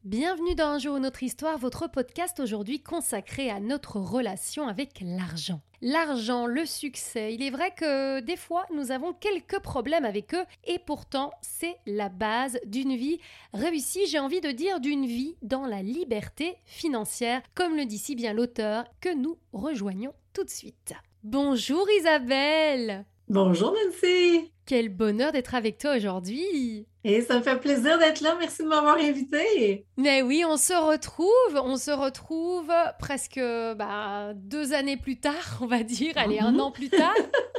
Bienvenue dans Un jour une autre histoire, votre podcast aujourd'hui consacré à notre relation avec l'argent. L'argent, le succès, il est vrai que des fois nous avons quelques problèmes avec eux et pourtant c'est la base d'une vie réussie, j'ai envie de dire d'une vie dans la liberté financière, comme le dit si bien l'auteur que nous rejoignons tout de suite. Bonjour Isabelle! Bonjour Nancy! Quel bonheur d'être avec toi aujourd'hui! Et ça me fait plaisir d'être là. Merci de m'avoir invitée. Mais oui, on se retrouve presque 2 années plus tard, on va dire, allez, un Mhm. an plus tard.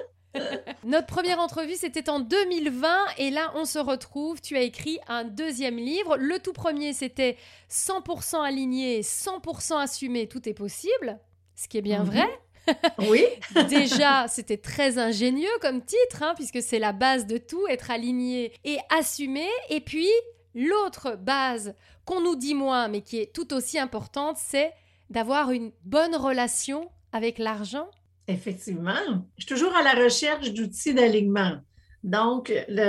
Notre première entrevue, c'était en 2020 et là, on se retrouve. Tu as écrit un deuxième livre. Le tout premier, c'était 100% aligné, 100% assumé, tout est possible, ce qui est bien vrai. Mhm. Oui, Déjà, c'était très ingénieux comme titre, puisque c'est la base de tout, être aligné et assumé. Et puis, l'autre base qu'on nous dit moins, mais qui est tout aussi importante, c'est d'avoir une bonne relation avec l'argent. effectivement. Je suis toujours à la recherche d'outils d'alignement. Donc,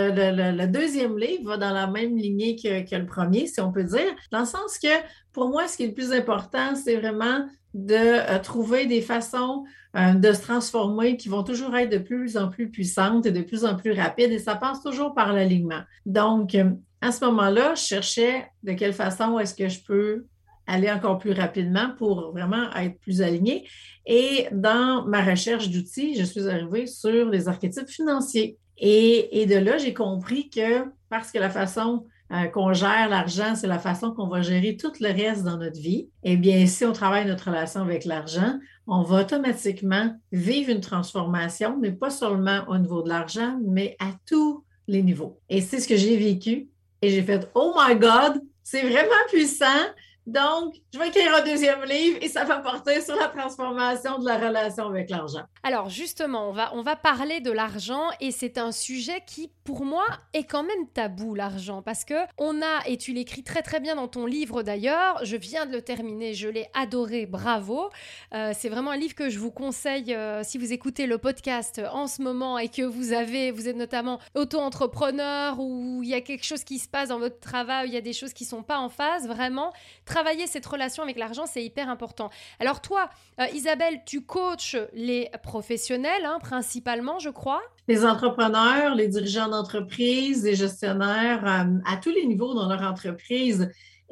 le deuxième livre va dans la même lignée que le premier, si on peut dire, dans le sens que pour moi, ce qui est le plus important, c'est vraiment de trouver des façons de se transformer qui vont toujours être de plus en plus puissantes et de plus en plus rapides, et ça passe toujours par l'alignement. Donc, à ce moment-là, je cherchais de quelle façon est-ce que je peux aller encore plus rapidement pour vraiment être plus aligné. Et dans ma recherche d'outils, je suis arrivée sur les archétypes financiers. Et de là, j'ai compris que parce que la façon qu'on gère l'argent, c'est la façon qu'on va gérer tout le reste dans notre vie, eh bien, si on travaille notre relation avec l'argent, on va automatiquement vivre une transformation, mais pas seulement au niveau de l'argent, mais à tous les niveaux. Et c'est ce que j'ai vécu. Et j'ai fait, oh my God, c'est vraiment puissant. Donc, je vais écrire un deuxième livre et ça va porter sur la transformation de la relation avec l'argent. Alors justement, on va parler de l'argent et c'est un sujet qui, pour moi, est quand même tabou, l'argent. Parce que on a, et tu l'écris très très bien dans ton livre d'ailleurs, je viens de le terminer, je l'ai adoré, bravo. C'est vraiment un livre que je vous conseille si vous écoutez le podcast en ce moment et que vous êtes notamment auto-entrepreneur ou il y a quelque chose qui se passe dans votre travail, il y a des choses qui sont pas en phase, vraiment, travailler cette relation avec l'argent, c'est hyper important. Alors toi, Isabelle, tu coaches les professionnels, principalement, je crois. Les entrepreneurs, les dirigeants d'entreprise, les gestionnaires à tous les niveaux dans leur entreprise.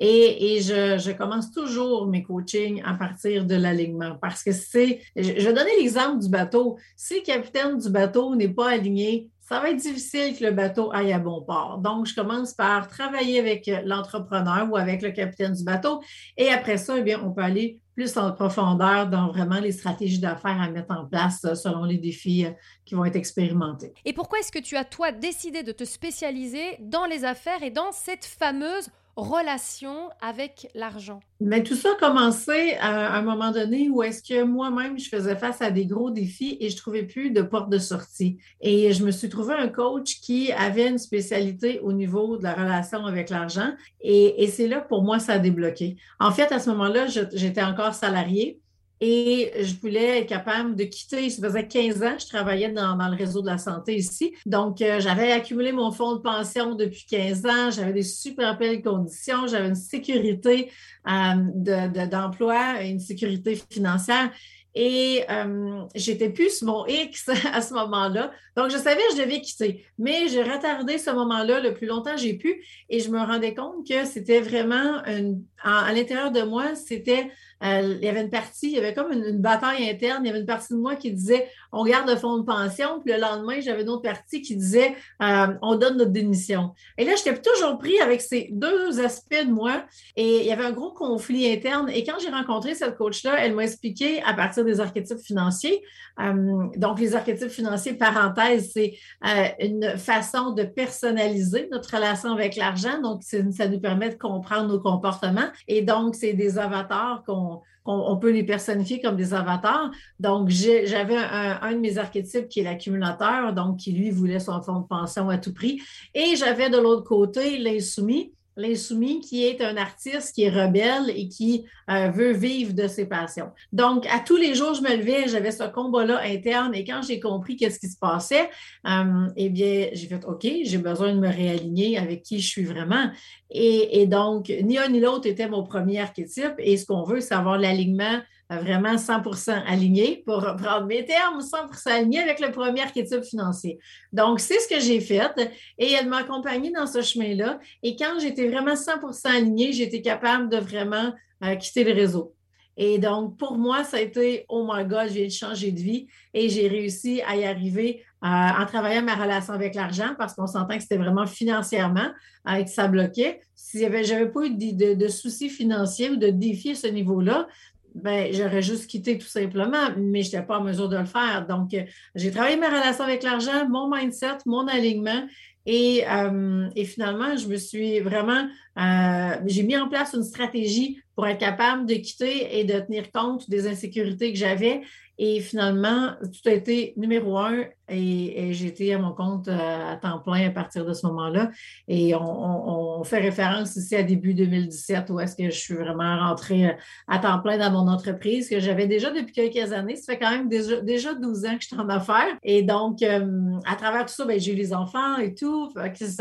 Et je commence toujours mes coachings à partir de l'alignement parce que je vais donner l'exemple du bateau. Si le capitaine du bateau n'est pas aligné, ça va être difficile que le bateau aille à bon port. Donc, je commence par travailler avec l'entrepreneur ou avec le capitaine du bateau. Et après ça, eh bien, on peut aller plus en profondeur dans vraiment les stratégies d'affaires à mettre en place selon les défis qui vont être expérimentés. Et pourquoi est-ce que tu as, toi, décidé de te spécialiser dans les affaires et dans cette fameuse relation avec l'argent? Mais tout ça a commencé à un moment donné où est-ce que moi-même, je faisais face à des gros défis et je ne trouvais plus de porte de sortie. Et je me suis trouvé un coach qui avait une spécialité au niveau de la relation avec l'argent. Et c'est là, pour moi, ça a débloqué. En fait, à ce moment-là, j'étais encore salariée. Et je voulais être capable de quitter. Ça faisait 15 ans que je travaillais dans le réseau de la santé ici. Donc, j'avais accumulé mon fonds de pension depuis 15 ans. J'avais des super belles conditions. J'avais une sécurité d'emploi, une sécurité financière. Et j'étais plus sur mon X à ce moment-là. Donc, je savais que je devais quitter. Mais j'ai retardé ce moment-là le plus longtemps que j'ai pu. Et je me rendais compte que c'était vraiment à l'intérieur de moi, il y avait une partie, il y avait comme une bataille interne. Il y avait une partie de moi qui disait on garde le fonds de pension. Puis le lendemain, j'avais une autre partie qui disait on donne notre démission. Et là, j'étais toujours pris avec ces deux aspects de moi. Et il y avait un gros conflit interne. Et quand j'ai rencontré cette coach-là, elle m'a expliqué à partir des archétypes financiers. Donc, les archétypes financiers, parenthèse, c'est une façon de personnaliser notre relation avec l'argent. Donc, ça nous permet de comprendre nos comportements. Et donc, c'est des avatars on peut les personnifier comme des avatars. Donc, j'avais un de mes archétypes qui est l'accumulateur, donc qui, lui, voulait son fonds de pension à tout prix. Et j'avais de l'autre côté l'insoumis l'insoumis qui est un artiste qui est rebelle et qui veut vivre de ses passions. Donc, à tous les jours, je me levais, j'avais ce combat-là interne et quand j'ai compris qu'est-ce qui se passait, eh bien, j'ai fait OK, j'ai besoin de me réaligner avec qui je suis vraiment. Et donc, ni un ni l'autre était mon premier archétype et ce qu'on veut, c'est avoir l'alignement vraiment 100% aligné, pour reprendre mes termes, 100% aligné avec le premier archétype financier. Donc, c'est ce que j'ai fait et elle m'a accompagnée dans ce chemin-là. Et quand j'étais vraiment 100% alignée, j'étais capable de vraiment quitter le réseau. Et donc, pour moi, ça a été, oh my God, je viens de changer de vie et j'ai réussi à y arriver en travaillant ma relation avec l'argent parce qu'on s'entend que c'était vraiment financièrement que ça bloquait. Si j'avais pas eu de soucis financiers ou de défis à ce niveau-là, ben, j'aurais juste quitté tout simplement, mais je n'étais pas en mesure de le faire. Donc, j'ai travaillé ma relation avec l'argent, mon mindset, mon alignement. Et finalement, je me suis vraiment, j'ai mis en place une stratégie pour être capable de quitter et de tenir compte des insécurités que j'avais. Et finalement, tout a été numéro un et j'ai été à mon compte à temps plein à partir de ce moment-là. Et on fait référence ici à début 2017 où est-ce que je suis vraiment rentrée à temps plein dans mon entreprise que j'avais déjà depuis quelques années. Ça fait quand même déjà 12 ans que je suis en affaires. Et donc, à travers tout ça, ben, j'ai eu les enfants et tout.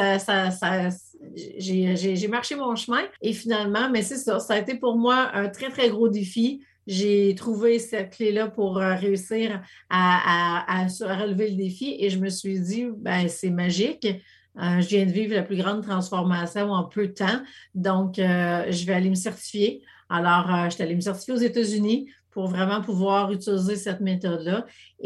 J'ai marché mon chemin. Et finalement, mais c'est ça, ça a été pour moi un très, très gros défi. J'ai trouvé cette clé-là pour réussir à relever le défi et je me suis dit, ben, c'est magique. Je viens de vivre la plus grande transformation en peu de temps, donc je vais aller me certifier. Alors, je suis allée me certifier aux États-Unis pour vraiment pouvoir utiliser cette méthode-là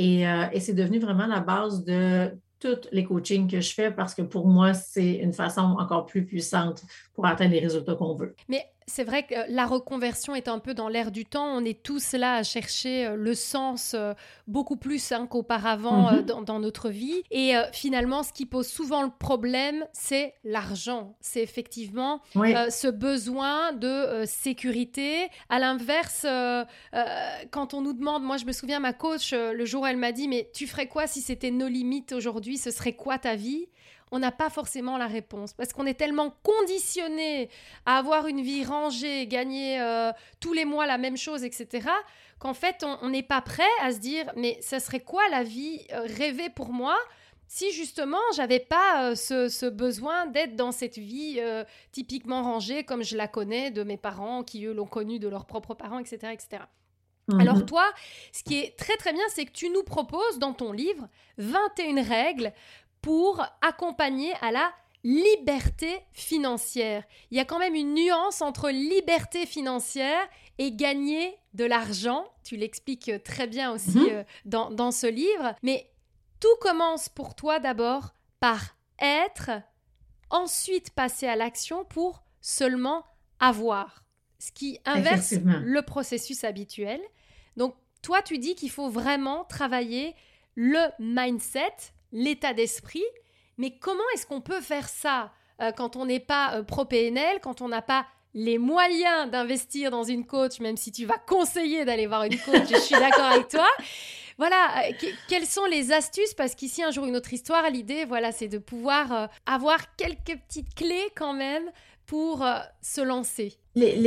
et c'est devenu vraiment la base de tous les coachings que je fais parce que pour moi, c'est une façon encore plus puissante pour atteindre les résultats qu'on veut. Mais c'est vrai que la reconversion est un peu dans l'air du temps. On est tous là à chercher le sens beaucoup plus qu'auparavant dans notre vie. Et finalement, ce qui pose souvent le problème, c'est l'argent. C'est effectivement ce besoin de sécurité. À l'inverse, quand on nous demande, moi je me souviens, ma coach, le jour où elle m'a dit, mais tu ferais quoi si c'était nos limites aujourd'hui? Ce serait quoi ta vie? On n'a pas forcément la réponse parce qu'on est tellement conditionné à avoir une vie rangée, gagner tous les mois la même chose, etc., qu'en fait, on n'est pas prêt à se dire « mais ça serait quoi la vie rêvée pour moi ?» si justement, j'avais pas ce besoin d'être dans cette vie typiquement rangée comme je la connais de mes parents qui, eux, l'ont connue de leurs propres parents, etc., etc. Alors toi, ce qui est très très bien, c'est que tu nous proposes dans ton livre 21 règles pour accompagner à la liberté financière. Il y a quand même une nuance entre liberté financière et gagner de l'argent. Tu l'expliques très bien aussi dans ce livre. Mais tout commence pour toi d'abord par être, ensuite passer à l'action pour seulement avoir. Ce qui inverse le processus habituel. Donc, toi, tu dis qu'il faut vraiment travailler le mindset, l'état d'esprit, mais comment est-ce qu'on peut faire ça quand on n'est pas pro-PNL, quand on n'a pas les moyens d'investir dans une coach, même si tu vas conseiller d'aller voir une coach, je suis d'accord avec toi. Voilà, quelles sont les astuces? Parce qu'ici, un jour, une autre histoire, l'idée, voilà, c'est de pouvoir avoir quelques petites clés quand même pour se lancer.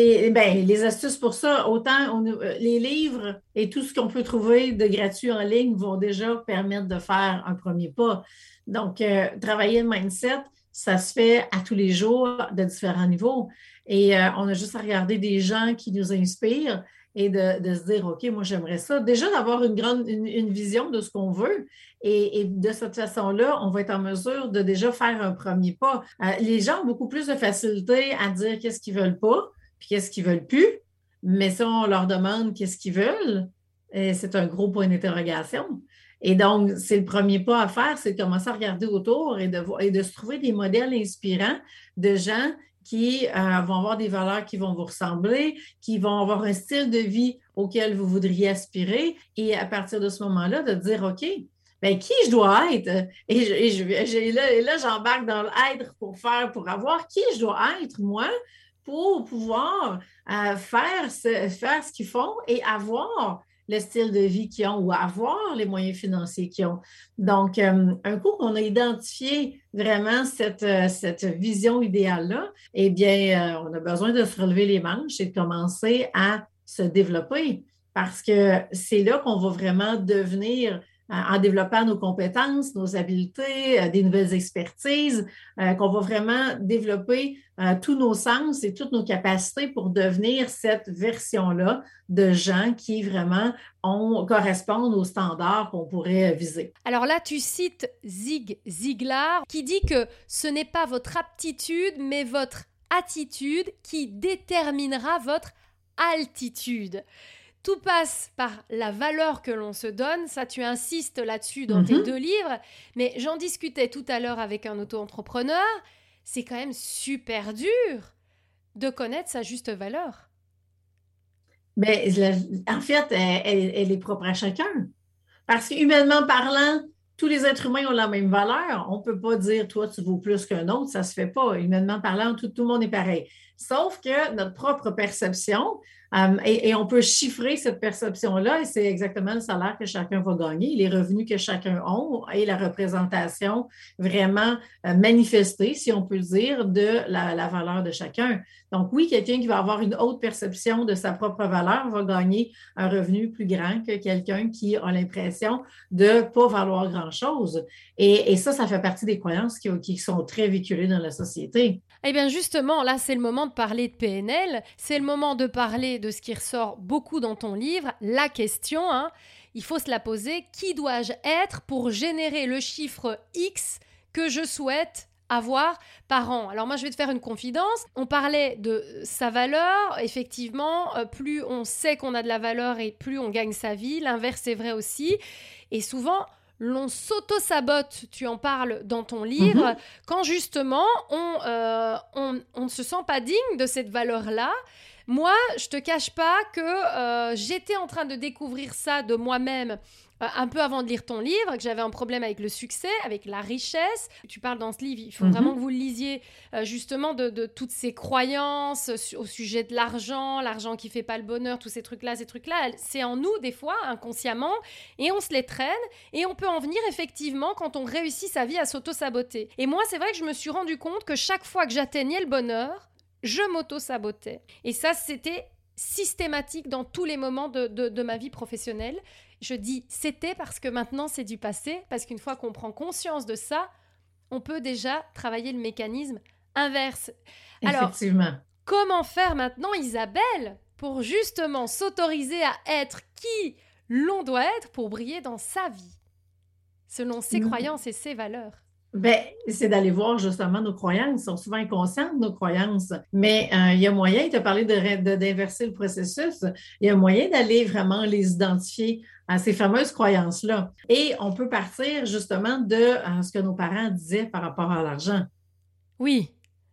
Les astuces pour ça, autant les livres et tout ce qu'on peut trouver de gratuit en ligne vont déjà permettre de faire un premier pas. Donc, travailler le mindset, ça se fait à tous les jours de différents niveaux. Et on a juste à regarder des gens qui nous inspirent et de se dire, OK, moi, j'aimerais ça. Déjà, d'avoir une vision de ce qu'on veut. Et de cette façon-là, on va être en mesure de déjà faire un premier pas. Les gens ont beaucoup plus de facilité à dire qu'est-ce qu'ils ne veulent pas, puis qu'est-ce qu'ils ne veulent plus. Mais si on leur demande qu'est-ce qu'ils veulent, c'est un gros point d'interrogation. Et donc, c'est le premier pas à faire, c'est de commencer à regarder autour et de se trouver des modèles inspirants de gens qui vont avoir des valeurs qui vont vous ressembler, qui vont avoir un style de vie auquel vous voudriez aspirer. Et à partir de ce moment-là, de dire, OK, bien, qui je dois être? Et là, j'embarque dans l'être pour avoir qui je dois être, moi, pour pouvoir faire ce qu'ils font et avoir le style de vie qu'ils ont ou avoir les moyens financiers qu'ils ont. Donc, un coup qu'on a identifié vraiment cette vision idéale-là, eh bien, on a besoin de se relever les manches et de commencer à se développer parce que c'est là qu'on va vraiment devenir en développant nos compétences, nos habiletés, des nouvelles expertises, qu'on va vraiment développer tous nos sens et toutes nos capacités pour devenir cette version-là de gens qui vraiment correspondent aux standards qu'on pourrait viser. Alors là, tu cites Zig Ziglar qui dit que ce n'est pas votre aptitude, mais votre attitude qui déterminera votre altitude. Tout passe par la valeur que l'on se donne, ça tu insistes là-dessus dans tes 2 livres, mais j'en discutais tout à l'heure avec un auto-entrepreneur, c'est quand même super dur de connaître sa juste valeur. Bien, en fait, elle est propre à chacun. Parce qu'humainement parlant, tous les êtres humains ont la même valeur. On ne peut pas dire, toi, tu vaux plus qu'un autre, ça ne se fait pas. Humainement parlant, tout le monde est pareil. Sauf que notre propre perception, et on peut chiffrer cette perception-là, et c'est exactement le salaire que chacun va gagner, les revenus que chacun a et la représentation vraiment manifestée, si on peut le dire, de la valeur de chacun. Donc oui, quelqu'un qui va avoir une haute perception de sa propre valeur va gagner un revenu plus grand que quelqu'un qui a l'impression de ne pas valoir grand-chose. Et ça fait partie des croyances qui sont très véhiculées dans la société. Eh bien justement, là c'est le moment de parler de PNL, c'est le moment de parler de ce qui ressort beaucoup dans ton livre, la question, il faut se la poser, qui dois-je être pour générer le chiffre X que je souhaite avoir par an? Alors moi je vais te faire une confidence, on parlait de sa valeur, effectivement, plus on sait qu'on a de la valeur et plus on gagne sa vie, l'inverse est vrai aussi, et souvent l'on s'auto-sabote, tu en parles dans ton livre, quand justement on ne se sent pas digne de cette valeur-là. Moi, je te cache pas que j'étais en train de découvrir ça de moi-même un peu avant de lire ton livre, que j'avais un problème avec le succès, avec la richesse. Tu parles dans ce livre, il faut vraiment que vous le lisiez, justement de toutes ces croyances au sujet de l'argent qui fait pas le bonheur, tous ces trucs-là, c'est en nous des fois, inconsciemment, et on se les traîne, et on peut en venir effectivement quand on réussit sa vie à s'auto-saboter. Et moi, c'est vrai que je me suis rendu compte que chaque fois que j'atteignais le bonheur, je m'auto-sabotais. Et ça, c'était systématique dans tous les moments de ma vie professionnelle. Je dis c'était parce que maintenant c'est du passé, parce qu'une fois qu'on prend conscience de ça, on peut déjà travailler le mécanisme inverse. Alors, effectivement. Comment faire maintenant, Isabelle, pour justement s'autoriser à être qui l'on doit être pour briller dans sa vie, selon ses croyances et ses valeurs? Bien, c'est d'aller voir justement nos croyances. Ils sont souvent inconscientes, nos croyances. Mais il y a moyen, tu as parlé d'inverser le processus, il y a moyen d'aller vraiment les identifier à ces fameuses croyances-là. Et on peut partir justement de ce que nos parents disaient par rapport à l'argent. Oui.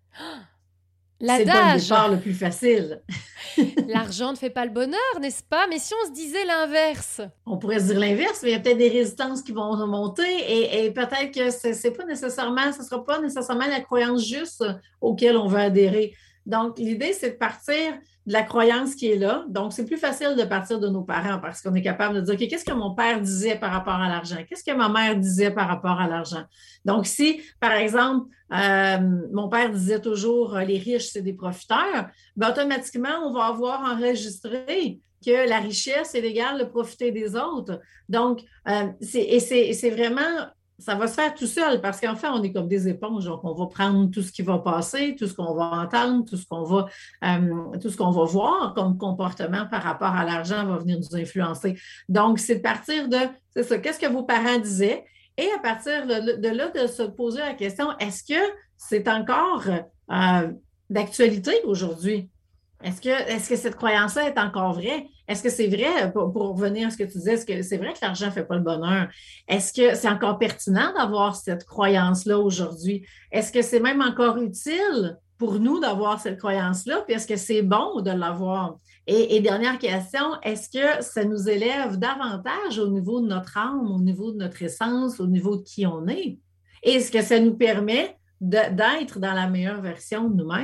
C'est pas le départ le plus facile. L'argent ne fait pas le bonheur, n'est-ce pas? Mais si on se disait l'inverse? On pourrait se dire l'inverse, mais il y a peut-être des résistances qui vont remonter et peut-être que ce ne sera pas nécessairement la croyance juste auquel on veut adhérer. Donc, l'idée, c'est de partir de la croyance qui est là. Donc, c'est plus facile de partir de nos parents parce qu'on est capable de dire, OK, qu'est-ce que mon père disait par rapport à l'argent? Qu'est-ce que ma mère disait par rapport à l'argent? Donc, si, par exemple, mon père disait toujours, les riches, c'est des profiteurs, bien, automatiquement, on va avoir enregistré que la richesse est égale de profiter des autres. Donc, c'est vraiment... Ça va se faire tout seul parce qu'en fait, on est comme des éponges. Donc, on va prendre tout ce qui va passer, tout ce qu'on va entendre, tout ce qu'on va voir comme comportement par rapport à l'argent va venir nous influencer. Donc, c'est de partir de, c'est ça, qu'est-ce que vos parents disaient? Et à partir de là, de se poser la question, est-ce que c'est encore d'actualité aujourd'hui? Est-ce que cette croyance-là est encore vraie? Est-ce que c'est vrai, pour revenir à ce que tu disais, est-ce que c'est vrai que l'argent ne fait pas le bonheur? Est-ce que c'est encore pertinent d'avoir cette croyance-là aujourd'hui? Est-ce que c'est même encore utile pour nous d'avoir cette croyance-là? Puis est-ce que c'est bon de l'avoir? Et dernière question, est-ce que ça nous élève davantage au niveau de notre âme, au niveau de notre essence, au niveau de qui on est? Et est-ce que ça nous permet d'être dans la meilleure version de nous-mêmes?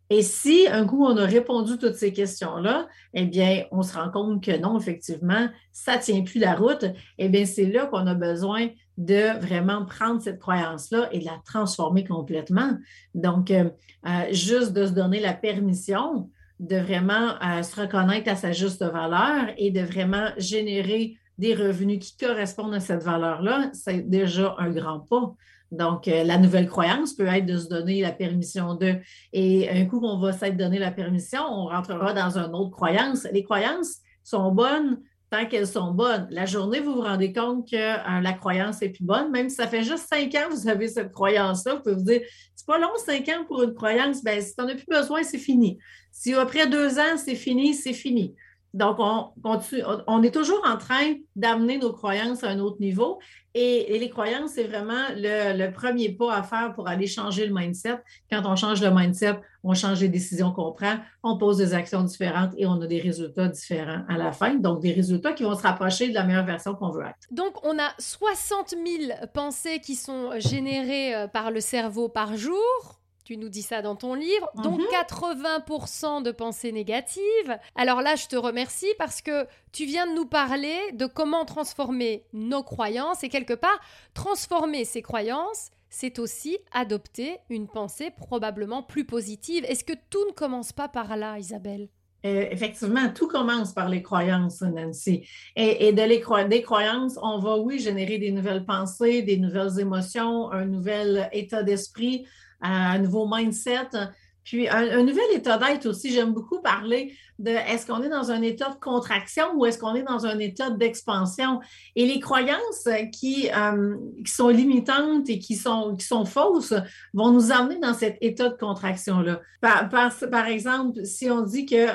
Et si un coup on a répondu à toutes ces questions-là, eh bien, on se rend compte que non, effectivement, ça ne tient plus la route, eh bien, c'est là qu'on a besoin de vraiment prendre cette croyance-là et de la transformer complètement. Donc, juste de se donner la permission de vraiment se reconnaître à sa juste valeur et de vraiment générer des revenus qui correspondent à cette valeur-là, c'est déjà un grand pas. Donc, la nouvelle croyance peut être de se donner la permission de. Et un coup qu'on va s'être donné la permission, on rentrera dans une autre croyance. Les croyances sont bonnes tant qu'elles sont bonnes. La journée, vous vous rendez compte que la croyance est plus bonne, même si ça fait juste 5 ans que vous avez cette croyance-là, vous pouvez vous dire, c'est pas long, 5 ans pour une croyance, bien, si tu n'en as plus besoin, c'est fini. Si après 2 ans, c'est fini, c'est fini. Donc, on est toujours en train d'amener nos croyances à un autre niveau. Et les croyances, c'est vraiment le premier pas à faire pour aller changer le mindset. Quand on change le mindset, on change les décisions qu'on prend, on pose des actions différentes et on a des résultats différents à la fin. Donc, des résultats qui vont se rapprocher de la meilleure version qu'on veut être. Donc, on a 60 000 pensées qui sont générées par le cerveau par jour. Tu nous dis ça dans ton livre, dont 80% de pensées négatives. Alors là, je te remercie parce que tu viens de nous parler de comment transformer nos croyances et quelque part, transformer ces croyances, c'est aussi adopter une pensée probablement plus positive. Est-ce que tout ne commence pas par là, Isabelle? Effectivement, tout commence par les croyances, Nancy. Et des croyances, on va, oui, générer des nouvelles pensées, des nouvelles émotions, un nouvel état d'esprit, un nouveau mindset, puis un nouvel état d'être aussi. J'aime beaucoup parler de est-ce qu'on est dans un état de contraction ou est-ce qu'on est dans un état d'expansion? Et les croyances qui sont limitantes et qui sont fausses vont nous amener dans cet état de contraction-là. Par exemple, si on dit que,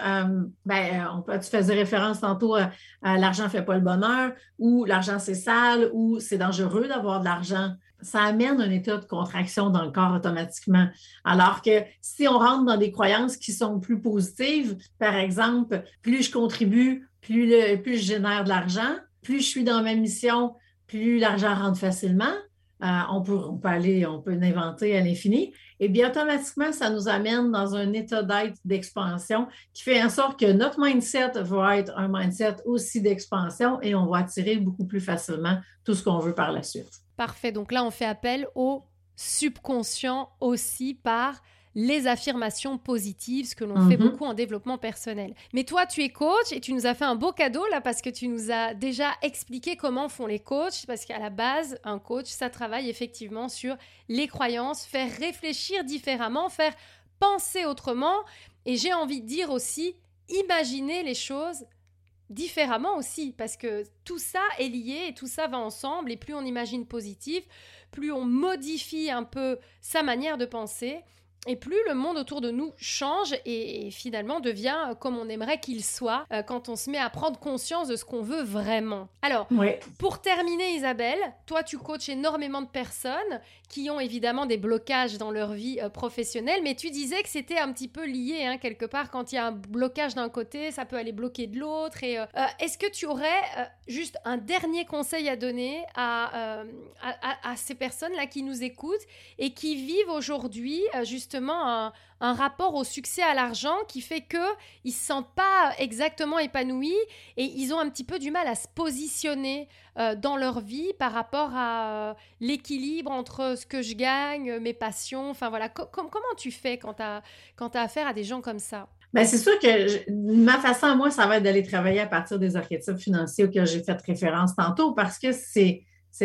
tu faisais référence tantôt à l'argent ne fait pas le bonheur ou l'argent c'est sale ou c'est dangereux d'avoir de l'argent. Ça amène un état de contraction dans le corps automatiquement. Alors que si on rentre dans des croyances qui sont plus positives, par exemple, plus je contribue, plus je génère de l'argent, plus je suis dans ma mission, plus l'argent rentre facilement. On peut l'inventer à l'infini. Et bien, automatiquement, ça nous amène dans un état d'être d'expansion qui fait en sorte que notre mindset va être un mindset aussi d'expansion et on va attirer beaucoup plus facilement tout ce qu'on veut par la suite. Parfait. Donc là, on fait appel au subconscient aussi par les affirmations positives, ce que l'on fait beaucoup en développement personnel. Mais toi, tu es coach et tu nous as fait un beau cadeau là parce que tu nous as déjà expliqué comment font les coachs, parce qu'à la base, un coach, ça travaille effectivement sur les croyances, faire réfléchir différemment, faire penser autrement et j'ai envie de dire aussi, imaginer les choses différemment aussi, parce que tout ça est lié et tout ça va ensemble et plus on imagine positif, plus on modifie un peu sa manière de penser et plus le monde autour de nous change et finalement devient comme on aimerait qu'il soit quand on se met à prendre conscience de ce qu'on veut vraiment. Alors, pour terminer Isabelle, toi tu coaches énormément de personnes qui ont évidemment des blocages dans leur vie professionnelle, mais tu disais que c'était un petit peu lié, hein, quelque part, quand il y a un blocage d'un côté, ça peut aller bloquer de l'autre. Et est-ce que tu aurais juste un dernier conseil à donner à ces personnes-là qui nous écoutent et qui vivent aujourd'hui justement un rapport au succès, à l'argent qui fait qu'ils ne se sentent pas exactement épanouis et ils ont un petit peu du mal à se positionner dans leur vie par rapport à l'équilibre entre ce que je gagne, mes passions, enfin voilà. Comment tu fais quand tu as affaire à des gens comme ça? Bien, c'est sûr que ma façon à moi, ça va être d'aller travailler à partir des archétypes financiers auxquels j'ai fait référence tantôt parce que c'est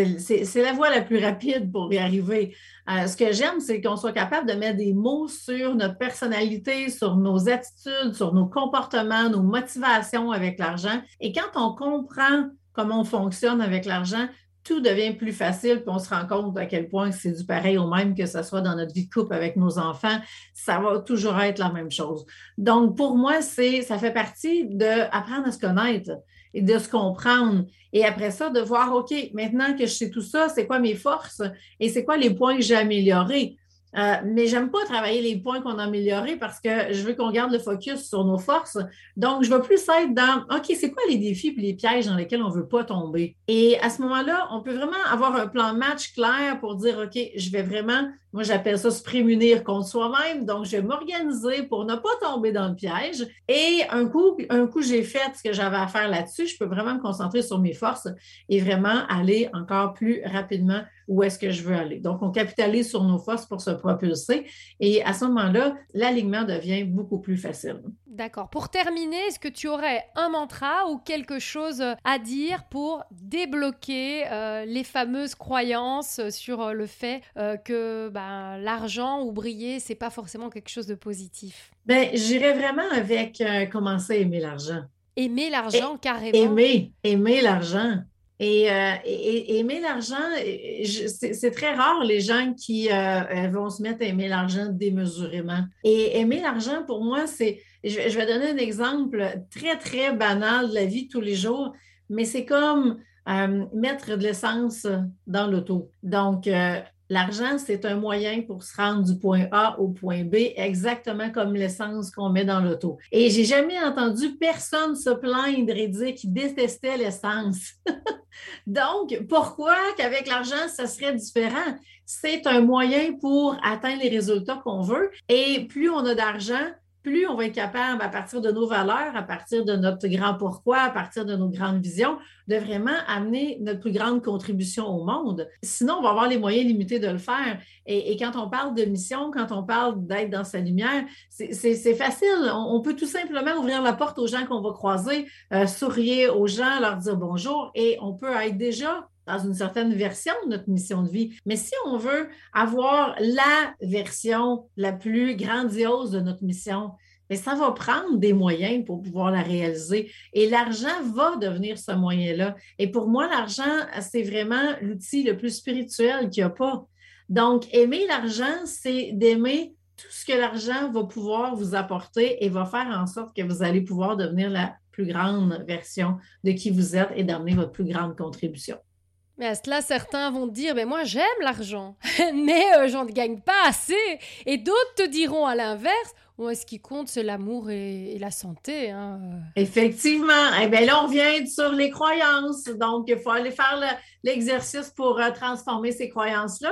la voie la plus rapide pour y arriver. Ce que j'aime, c'est qu'on soit capable de mettre des mots sur notre personnalité, sur nos attitudes, sur nos comportements, nos motivations avec l'argent. Et quand on comprend comment on fonctionne avec l'argent, tout devient plus facile, puis on se rend compte à quel point c'est du pareil au même, que ce soit dans notre vie de couple avec nos enfants, ça va toujours être la même chose. Donc, pour moi, ça fait partie d'apprendre à se connaître et de se comprendre. Et après ça, de voir, OK, maintenant que je sais tout ça, c'est quoi mes forces et c'est quoi les points que j'ai améliorés? Mais j'aime pas travailler les points qu'on a améliorés parce que je veux qu'on garde le focus sur nos forces. Donc, je vais plus être dans, OK, c'est quoi les défis et les pièges dans lesquels on veut pas tomber? Et à ce moment-là, on peut vraiment avoir un plan de match clair pour dire, OK, je vais vraiment, moi j'appelle ça se prémunir contre soi-même. Donc, je vais m'organiser pour ne pas tomber dans le piège. Et un coup j'ai fait ce que j'avais à faire là-dessus, je peux vraiment me concentrer sur mes forces et vraiment aller encore plus rapidement où est-ce que je veux aller. Donc, on capitalise sur nos forces pour se propulser et à ce moment-là, l'alignement devient beaucoup plus facile. D'accord. Pour terminer, est-ce que tu aurais un mantra ou quelque chose à dire pour débloquer les fameuses croyances sur le fait que l'argent ou briller, c'est pas forcément quelque chose de positif? Bien, j'irais vraiment avec commencer à aimer l'argent. Aimer l'argent, carrément. Aimer l'argent. Aimer l'argent, c'est très rare les gens qui vont se mettre à aimer l'argent démesurément. Et aimer l'argent, pour moi, je vais donner un exemple très, très banal de la vie de tous les jours, mais c'est comme mettre de l'essence dans l'auto. Donc, l'argent, c'est un moyen pour se rendre du point A au point B, exactement comme l'essence qu'on met dans l'auto. Et j'ai jamais entendu personne se plaindre et dire qu'il détestait l'essence. Donc, pourquoi qu'avec l'argent, ça serait différent? C'est un moyen pour atteindre les résultats qu'on veut. Et plus on a d'argent, plus on va être capable, à partir de nos valeurs, à partir de notre grand pourquoi, à partir de nos grandes visions, de vraiment amener notre plus grande contribution au monde. Sinon, on va avoir les moyens limités de le faire. Et quand on parle de mission, quand on parle d'être dans sa lumière, c'est facile. On peut tout simplement ouvrir la porte aux gens qu'on va croiser, sourire aux gens, leur dire bonjour, et on peut être déjà dans une certaine version de notre mission de vie. Mais si on veut avoir la version la plus grandiose de notre mission, mais ça va prendre des moyens pour pouvoir la réaliser. Et l'argent va devenir ce moyen-là. Et pour moi, l'argent, c'est vraiment l'outil le plus spirituel qu'il n'y a pas. Donc, aimer l'argent, c'est d'aimer tout ce que l'argent va pouvoir vous apporter et va faire en sorte que vous allez pouvoir devenir la plus grande version de qui vous êtes et d'amener votre plus grande contribution. Mais à cela, certains vont te dire, mais moi j'aime l'argent, mais j'en gagne pas assez. Et d'autres te diront à l'inverse, moi ce qui compte c'est l'amour et la santé. Hein. Effectivement. Eh bien là, on vient sur les croyances. Donc, il faut aller faire l'exercice pour transformer ces croyances-là.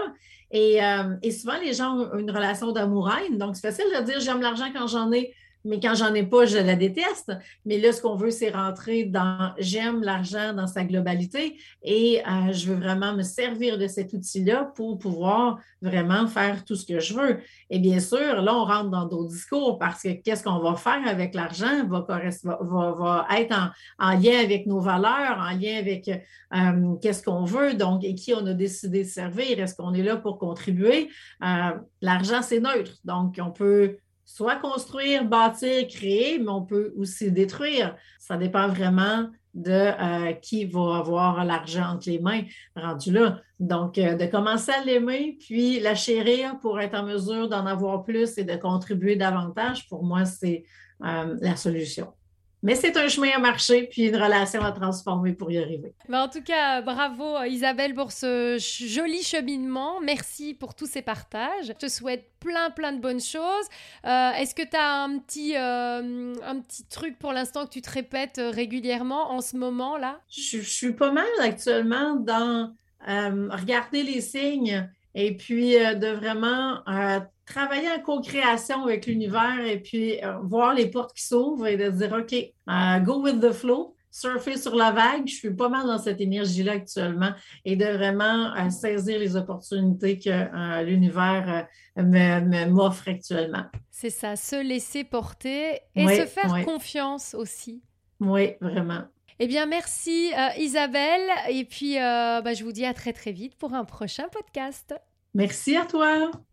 Et souvent, les gens ont une relation d'amour-haine. Donc, c'est facile de dire j'aime l'argent quand j'en ai, mais quand j'en ai pas, je la déteste. Mais là, ce qu'on veut, c'est rentrer dans j'aime l'argent dans sa globalité et je veux vraiment me servir de cet outil-là pour pouvoir vraiment faire tout ce que je veux. Et bien sûr, là, on rentre dans d'autres discours parce que qu'est-ce qu'on va faire avec l'argent va être en lien avec nos valeurs, en lien avec qu'est-ce qu'on veut, donc, et qui on a décidé de servir. Est-ce qu'on est là pour contribuer? L'argent, c'est neutre. Donc, on peut soit construire, bâtir, créer, mais on peut aussi détruire. Ça dépend vraiment de qui va avoir l'argent entre les mains rendu là. Donc, de commencer à l'aimer, puis la chérir pour être en mesure d'en avoir plus et de contribuer davantage, pour moi, c'est la solution. Mais c'est un chemin à marcher, puis une relation à transformer pour y arriver. En tout cas, bravo Isabelle pour ce joli cheminement. Merci pour tous ces partages. Je te souhaite plein de bonnes choses. Est-ce que tu as un petit truc pour l'instant que tu te répètes régulièrement en ce moment-là? Je suis pas mal actuellement dans regarder les signes et puis de vraiment travailler en co-création avec l'univers et puis voir les portes qui s'ouvrent et de dire OK, go with the flow, surfer sur la vague. Je suis pas mal dans cette énergie-là actuellement et de vraiment saisir les opportunités que l'univers m'offre actuellement. C'est ça, se laisser porter et se faire confiance aussi. Oui, vraiment. Eh bien, merci Isabelle. Et puis, je vous dis à très vite pour un prochain podcast. Merci à toi.